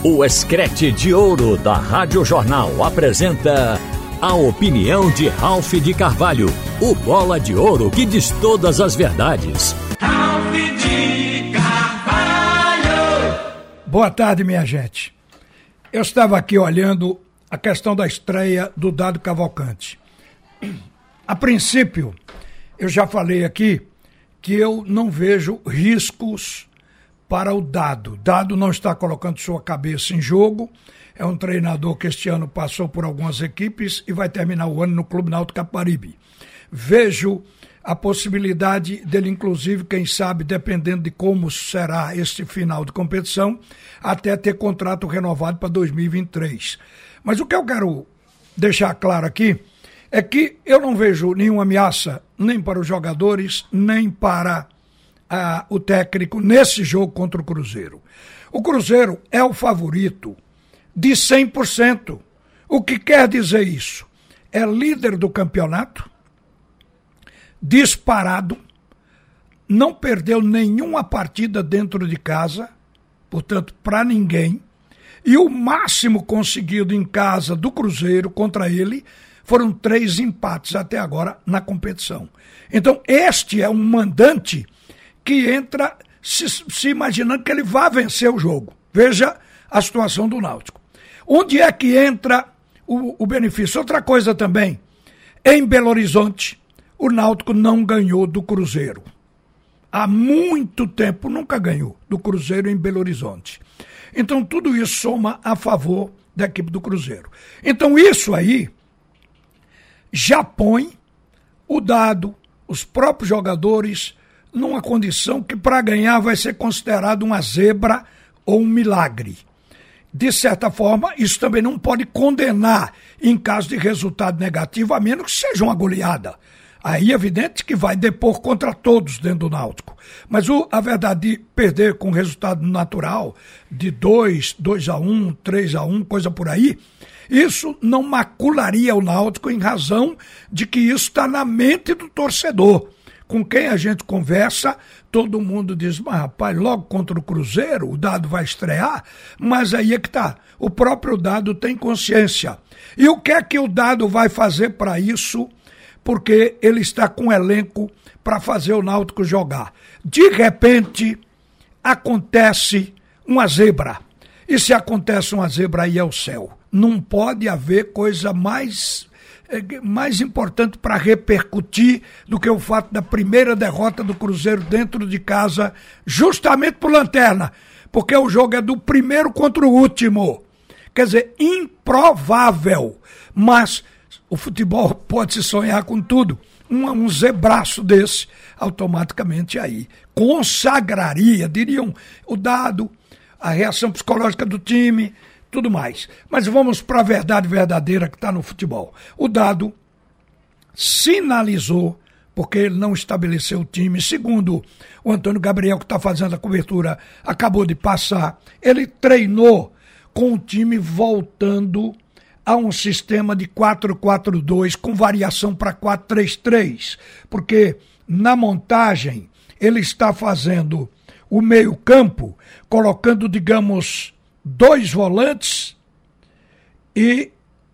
O Escrete de Ouro da Rádio Jornal apresenta a opinião de Ralph de Carvalho, o bola de ouro que diz todas as verdades. Ralph de Carvalho! Boa tarde, minha gente. Eu estava aqui olhando a questão da estreia do Dado Cavalcante. A princípio, eu já falei aqui que eu não vejo riscos para o Dado. Dado não está colocando sua cabeça em jogo. É um treinador que este ano passou por algumas equipes e vai terminar o ano no Clube Náutico Caparibe. Vejo a possibilidade dele, inclusive, quem sabe, dependendo de como será este final de competição, até ter contrato renovado para 2023. Mas o que eu quero deixar claro aqui é que eu não vejo nenhuma ameaça nem para os jogadores, nem para o técnico nesse jogo contra o Cruzeiro. O Cruzeiro é o favorito de 100%. O que quer dizer isso? É líder do campeonato, disparado, não perdeu nenhuma partida dentro de casa, portanto, para ninguém, e o máximo conseguido em casa do Cruzeiro contra ele foram 3 empates até agora na competição. Então, este é um mandante que entra se imaginando que ele vai vencer o jogo. Veja a situação do Náutico. Onde é que entra o benefício? Outra coisa também, em Belo Horizonte, o Náutico não ganhou do Cruzeiro. Há muito tempo nunca ganhou do Cruzeiro em Belo Horizonte. Então tudo isso soma a favor da equipe do Cruzeiro. Então isso aí já põe o Dado, os próprios jogadores, numa condição que para ganhar vai ser considerado uma zebra ou um milagre. De certa forma, isso também não pode condenar em caso de resultado negativo, a menos que seja uma goleada. Aí é evidente que vai depor contra todos dentro do Náutico. Mas a verdade de perder com resultado natural, de 2-1, 3-1, coisa por aí, isso não macularia o Náutico em razão de que isso está na mente do torcedor. Com quem a gente conversa, todo mundo diz, mas rapaz, logo contra o Cruzeiro, o Dado vai estrear, mas aí é que tá, o próprio Dado tem consciência. E o que é que o Dado vai fazer para isso? Porque ele está com elenco para fazer o Náutico jogar. De repente, acontece uma zebra. E se acontece uma zebra, aí é o céu. Não pode haver coisa mais importante para repercutir do que o fato da primeira derrota do Cruzeiro dentro de casa, justamente por lanterna, porque o jogo é do primeiro contra o último. Quer dizer, improvável, mas o futebol pode se sonhar com tudo. Um zebraço desse, automaticamente aí consagraria, diriam, o Dado, a reação psicológica do time, tudo mais. Mas vamos para a verdade verdadeira que está no futebol. O Dado sinalizou, porque ele não estabeleceu o time, segundo o Antônio Gabriel, que está fazendo a cobertura, acabou de passar, ele treinou com o time voltando a um sistema de 4-4-2 com variação para 4-3-3, porque na montagem ele está fazendo o meio-campo, colocando, digamos, 2 volantes e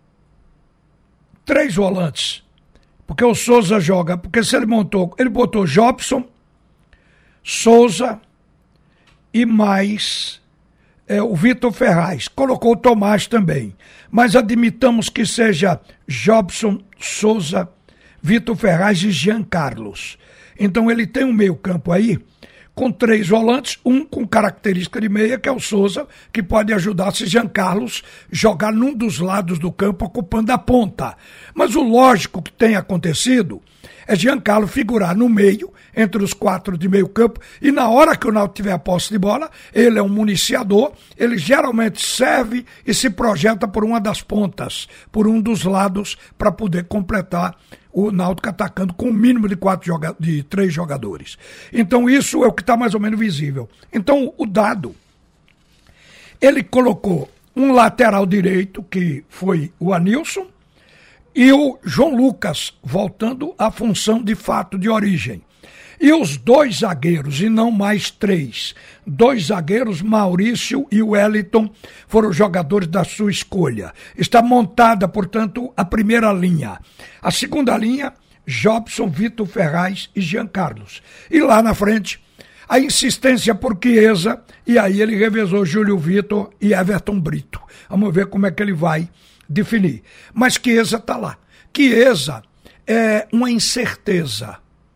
3 volantes. Porque o Souza joga, porque se ele botou Jobson, Souza e mais o Vitor Ferraz. Colocou o Tomás também. Mas admitamos que seja Jobson, Souza, Vitor Ferraz e Jean Carlos. Então ele tem um meio-campo aí com 3 volantes, um com característica de meia, que é o Souza, que pode ajudar se Jean Carlos jogar num dos lados do campo, ocupando a ponta. Mas o lógico que tem acontecido é Jean Carlos figurar no meio, entre os 4 de meio campo, e na hora que o Náutico tiver a posse de bola, ele é um municiador, ele geralmente serve e se projeta por uma das pontas, por um dos lados, para poder completar o Náutico atacando com o mínimo de 3 jogadores. Então isso é o que está mais ou menos visível. Então o Dado, ele colocou um lateral direito, que foi o Anilson, e o João Lucas, voltando à função de fato de origem. E os 2 zagueiros, e não mais 3. 2 zagueiros, Maurício e Wellington, foram jogadores da sua escolha. Está montada, portanto, a primeira linha. A segunda linha, Jobson, Vitor Ferraz e Jean Carlos. E lá na frente, a insistência por Chiesa, e aí ele revezou Júlio Vitor e Everton Brito. Vamos ver como é que ele vai definir. Mas Chiesa está lá. Chiesa é uma incerteza.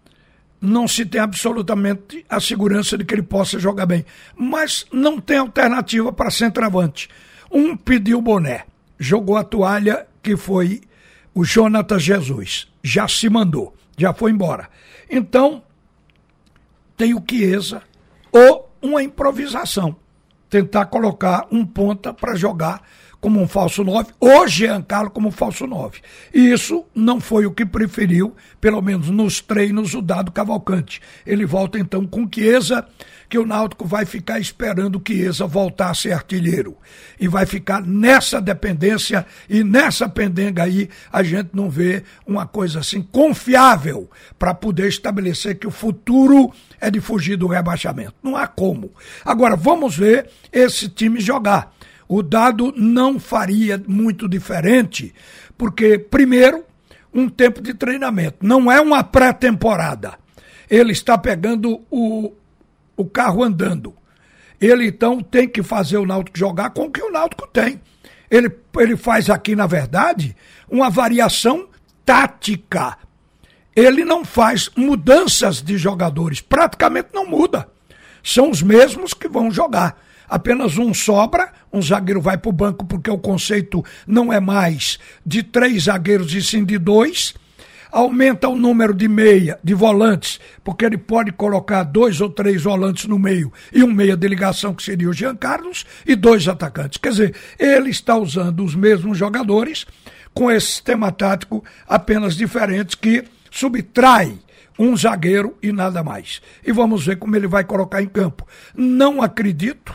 Não se tem absolutamente a segurança de que ele possa jogar bem. Mas não tem alternativa para centroavante. Um pediu boné, jogou a toalha, que foi o Jonathan Jesus. Já se mandou, já foi embora. Então, tem o Chiesa ou uma improvisação. Tentar colocar um ponta para jogar como um falso 9, ou Jean Carlos como falso 9. E isso não foi o que preferiu, pelo menos nos treinos, o Dado Cavalcante. Ele volta então com Chiesa, que o Náutico vai ficar esperando o Chiesa voltar a ser artilheiro. E vai ficar nessa dependência, e nessa pendenga aí a gente não vê uma coisa assim confiável para poder estabelecer que o futuro é de fugir do rebaixamento. Não há como. Agora, vamos ver esse time jogar. O Dado não faria muito diferente, porque, primeiro, um tempo de treinamento. Não é uma pré-temporada. Ele está pegando o carro andando. Ele, então, tem que fazer o Náutico jogar com o que o Náutico tem. Ele faz aqui, na verdade, uma variação tática. Ele não faz mudanças de jogadores. Praticamente não muda. São os mesmos que vão jogar. Apenas um sobra, um zagueiro vai para o banco porque o conceito não é mais de 3 zagueiros e sim de 2. Aumenta o número de volantes, porque ele pode colocar 2 ou 3 volantes no meio e um meia de ligação, que seria o Jean Carlos, e 2 atacantes. Quer dizer, ele está usando os mesmos jogadores com esse sistema tático apenas diferente, que subtrai um zagueiro e nada mais. E vamos ver como ele vai colocar em campo. Não acredito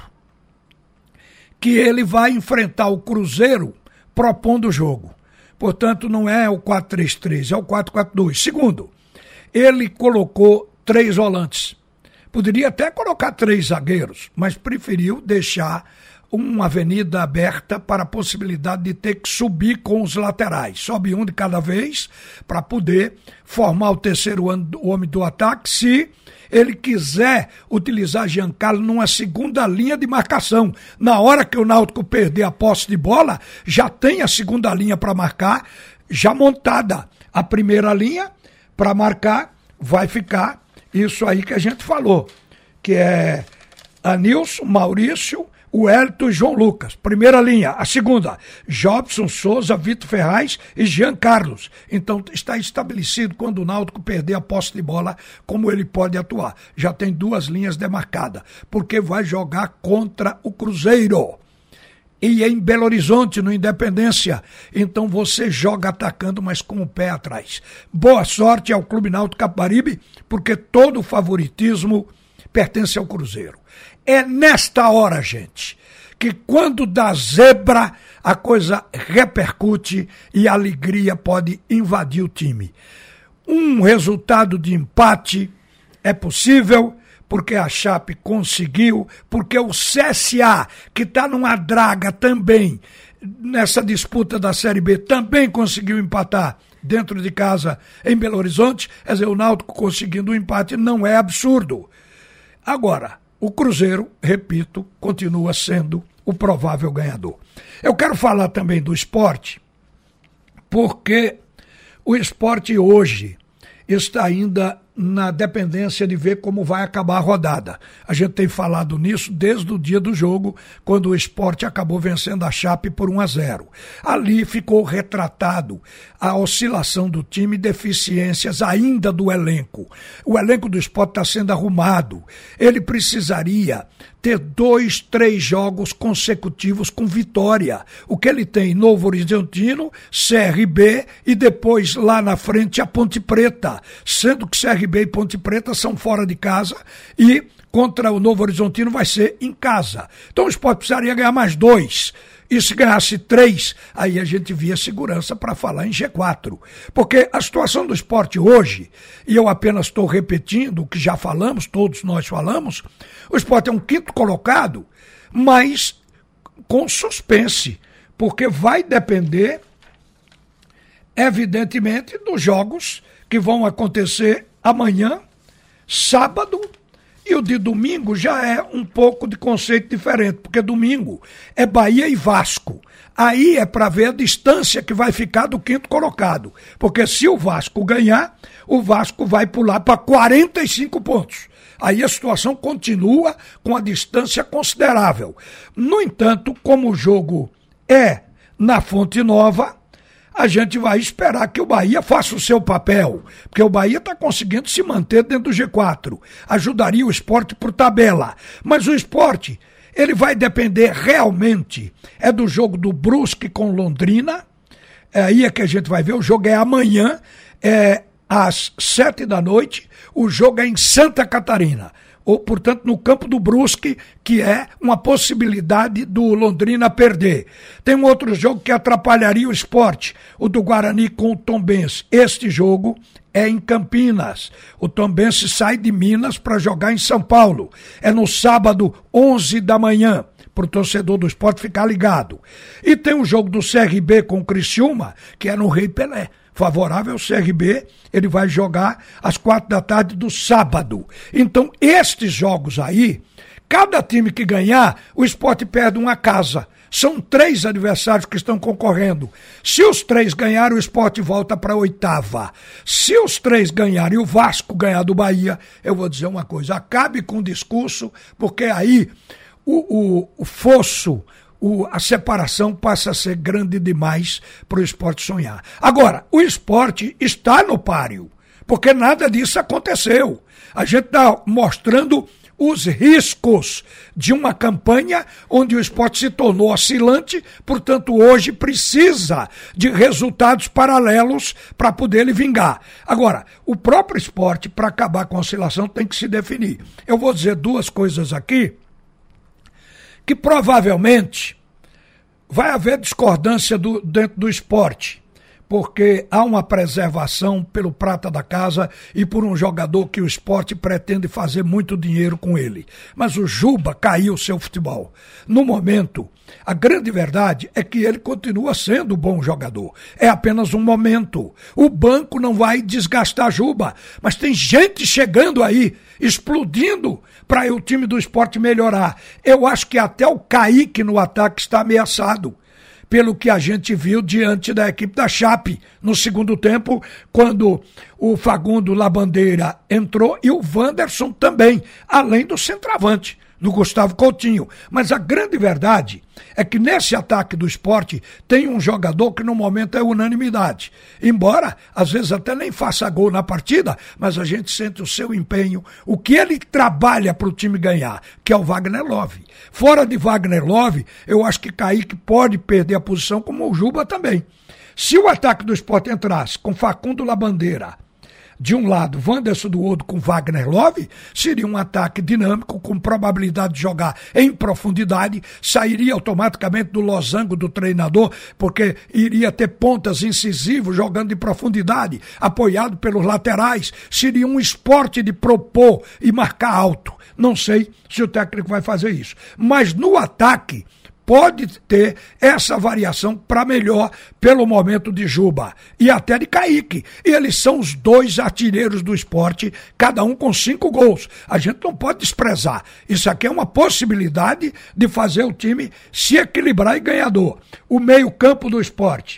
que ele vai enfrentar o Cruzeiro propondo o jogo. Portanto, não é o 4-3-3, é o 4-4-2. Segundo, ele colocou 3 volantes. Poderia até colocar 3 zagueiros, mas preferiu deixar uma avenida aberta para a possibilidade de ter que subir com os laterais. Sobe um de cada vez para poder formar o terceiro homem do ataque, se ele quiser utilizar Jean Carlos numa segunda linha de marcação. Na hora que o Náutico perder a posse de bola, já tem a segunda linha para marcar, já montada. A primeira linha para marcar vai ficar isso aí que a gente falou, que é Anilson, Maurício, o Wellington e João Lucas. Primeira linha. A segunda, Jobson, Souza, Vitor Ferraz e Jean Carlos. Então está estabelecido, quando o Náutico perder a posse de bola, como ele pode atuar. Já tem 2 linhas demarcadas, porque vai jogar contra o Cruzeiro. E em Belo Horizonte, no Independência. Então você joga atacando, mas com o pé atrás. Boa sorte ao Clube Náutico Capibaribe, porque todo o favoritismo pertence ao Cruzeiro. É nesta hora, gente, que quando dá zebra, a coisa repercute e a alegria pode invadir o time. Um resultado de empate é possível, porque a Chape conseguiu, porque o CSA, que está numa draga também, nessa disputa da Série B, também conseguiu empatar dentro de casa em Belo Horizonte. Quer dizer, o Náutico conseguindo um empate não é absurdo. Agora, o Cruzeiro, repito, continua sendo o provável ganhador. Eu quero falar também do Sport, porque o Sport hoje está ainda na dependência de ver como vai acabar a rodada. A gente tem falado nisso desde o dia do jogo, quando o Sport acabou vencendo a Chape por 1-0. Ali ficou retratado a oscilação do time, deficiências ainda do elenco. O elenco do Sport está sendo arrumado. Ele precisaria ter 2, 3 jogos consecutivos com vitória. O que ele tem? Novo Horizontino, CRB e depois lá na frente a Ponte Preta. Sendo que CRB e Ponte Preta são fora de casa e contra o Novo Horizontino vai ser em casa. Então o Sport precisaria ganhar mais 2. E se ganhasse 3, aí a gente via segurança para falar em G4. Porque a situação do Sport hoje, e eu apenas estou repetindo o que já falamos, todos nós falamos, o Sport é um 5º colocado, mas com suspense, porque vai depender, evidentemente, dos jogos que vão acontecer amanhã, sábado, e o de domingo já é um pouco de conceito diferente, porque domingo é Bahia e Vasco. Aí é para ver a distância que vai ficar do 5º colocado. Porque se o Vasco ganhar, o Vasco vai pular para 45 pontos. Aí a situação continua com a distância considerável. No entanto, como o jogo é na Fonte Nova, a gente vai esperar que o Bahia faça o seu papel, porque o Bahia está conseguindo se manter dentro do G4, ajudaria o Sport por tabela, mas o Sport, ele vai depender realmente, do jogo do Brusque com Londrina, aí é que a gente vai ver, o jogo é amanhã, às 7h, o jogo é em Santa Catarina, ou, portanto, no campo do Brusque, que é uma possibilidade do Londrina perder. Tem um outro jogo que atrapalharia o Sport, o do Guarani com o Tombense. Este jogo é em Campinas. O Tombense sai de Minas para jogar em São Paulo. É no sábado, 11h, para o torcedor do Sport ficar ligado. E tem o jogo do CRB com o Criciúma, que é no Rei Pelé. Favorável ao CRB, ele vai jogar às 4h do sábado. Então, estes jogos aí, cada time que ganhar, o Sport perde uma casa. São 3 adversários que estão concorrendo. Se os 3 ganharem, o Sport volta para a 8ª. Se os 3 ganharem e o Vasco ganhar do Bahia, eu vou dizer uma coisa, acabe com o discurso, porque aí o fosso, a separação passa a ser grande demais para o Sport sonhar. Agora, o Sport está no páreo, porque nada disso aconteceu. A gente está mostrando os riscos de uma campanha onde o Sport se tornou oscilante, portanto hoje precisa de resultados paralelos para poder ele vingar. Agora, o próprio Sport, para acabar com a oscilação, tem que se definir. Eu vou dizer 2 coisas aqui, que provavelmente vai haver discordância dentro do Sport, porque há uma preservação pelo prata da casa e por um jogador que o Sport pretende fazer muito dinheiro com ele. Mas o Juba caiu o seu futebol. No momento, a grande verdade é que ele continua sendo um bom jogador. É apenas um momento. O banco não vai desgastar Juba, mas tem gente chegando aí, explodindo para o time do Sport melhorar. Eu acho que até o Kaique no ataque está ameaçado, pelo que a gente viu diante da equipe da Chape no segundo tempo, quando o Fagundo Labandeira entrou e o Wanderson também, além do centroavante, do Gustavo Coutinho. Mas a grande verdade é que nesse ataque do Sport tem um jogador que no momento é unanimidade. Embora, às vezes até nem faça gol na partida, mas a gente sente o seu empenho, o que ele trabalha para o time ganhar, que é o Wagner Love. Fora de Wagner Love, eu acho que Kaique pode perder a posição, como o Juba também. Se o ataque do Sport entrasse com Facundo Labandeira de um lado, Wanderson do outro com Wagner Love, seria um ataque dinâmico com probabilidade de jogar em profundidade, sairia automaticamente do losango do treinador, porque iria ter pontas incisivos jogando em profundidade, apoiado pelos laterais, seria um esporte de propor e marcar alto. Não sei se o técnico vai fazer isso, mas no ataque pode ter essa variação para melhor pelo momento de Juba e até de Kaique. E eles são os 2 artilheiros do Sport, cada um com 5 gols. A gente não pode desprezar. Isso aqui é uma possibilidade de fazer o time se equilibrar e ganhador. O meio-campo do Sport.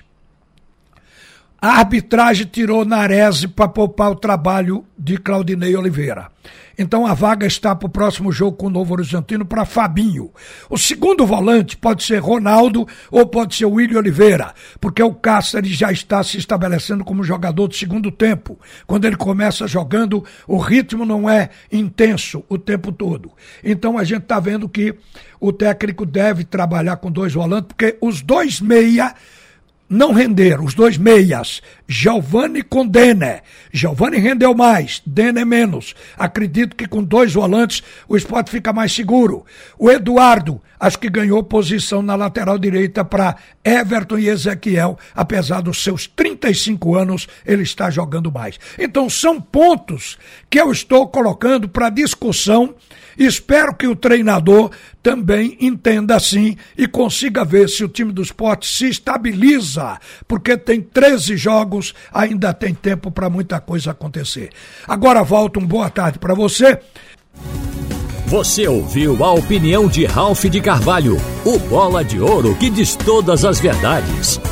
A arbitragem tirou Nares para poupar o trabalho de Claudinei Oliveira. Então a vaga está para o próximo jogo com o Novo Horizontino para Fabinho. O segundo volante pode ser Ronaldo ou pode ser William Oliveira, porque o Cáceres já está se estabelecendo como jogador de segundo tempo. Quando ele começa jogando, o ritmo não é intenso o tempo todo. Então a gente está vendo que o técnico deve trabalhar com 2 volantes, porque os 2 meia não renderam, os 2 meias, Giovani com Denner. Giovani rendeu mais, Denner menos. Acredito que com 2 volantes o Sport fica mais seguro. O Eduardo, acho que ganhou posição na lateral direita para Everton e Ezequiel, apesar dos seus 35 anos, ele está jogando mais. Então são pontos que eu estou colocando para discussão. Espero que o treinador também entenda assim e consiga ver se o time do Sport se estabiliza, porque tem 13 jogos, ainda tem tempo para muita coisa acontecer. Agora volto, boa tarde para você. Você ouviu a opinião de Ralph de Carvalho, o bola de ouro que diz todas as verdades.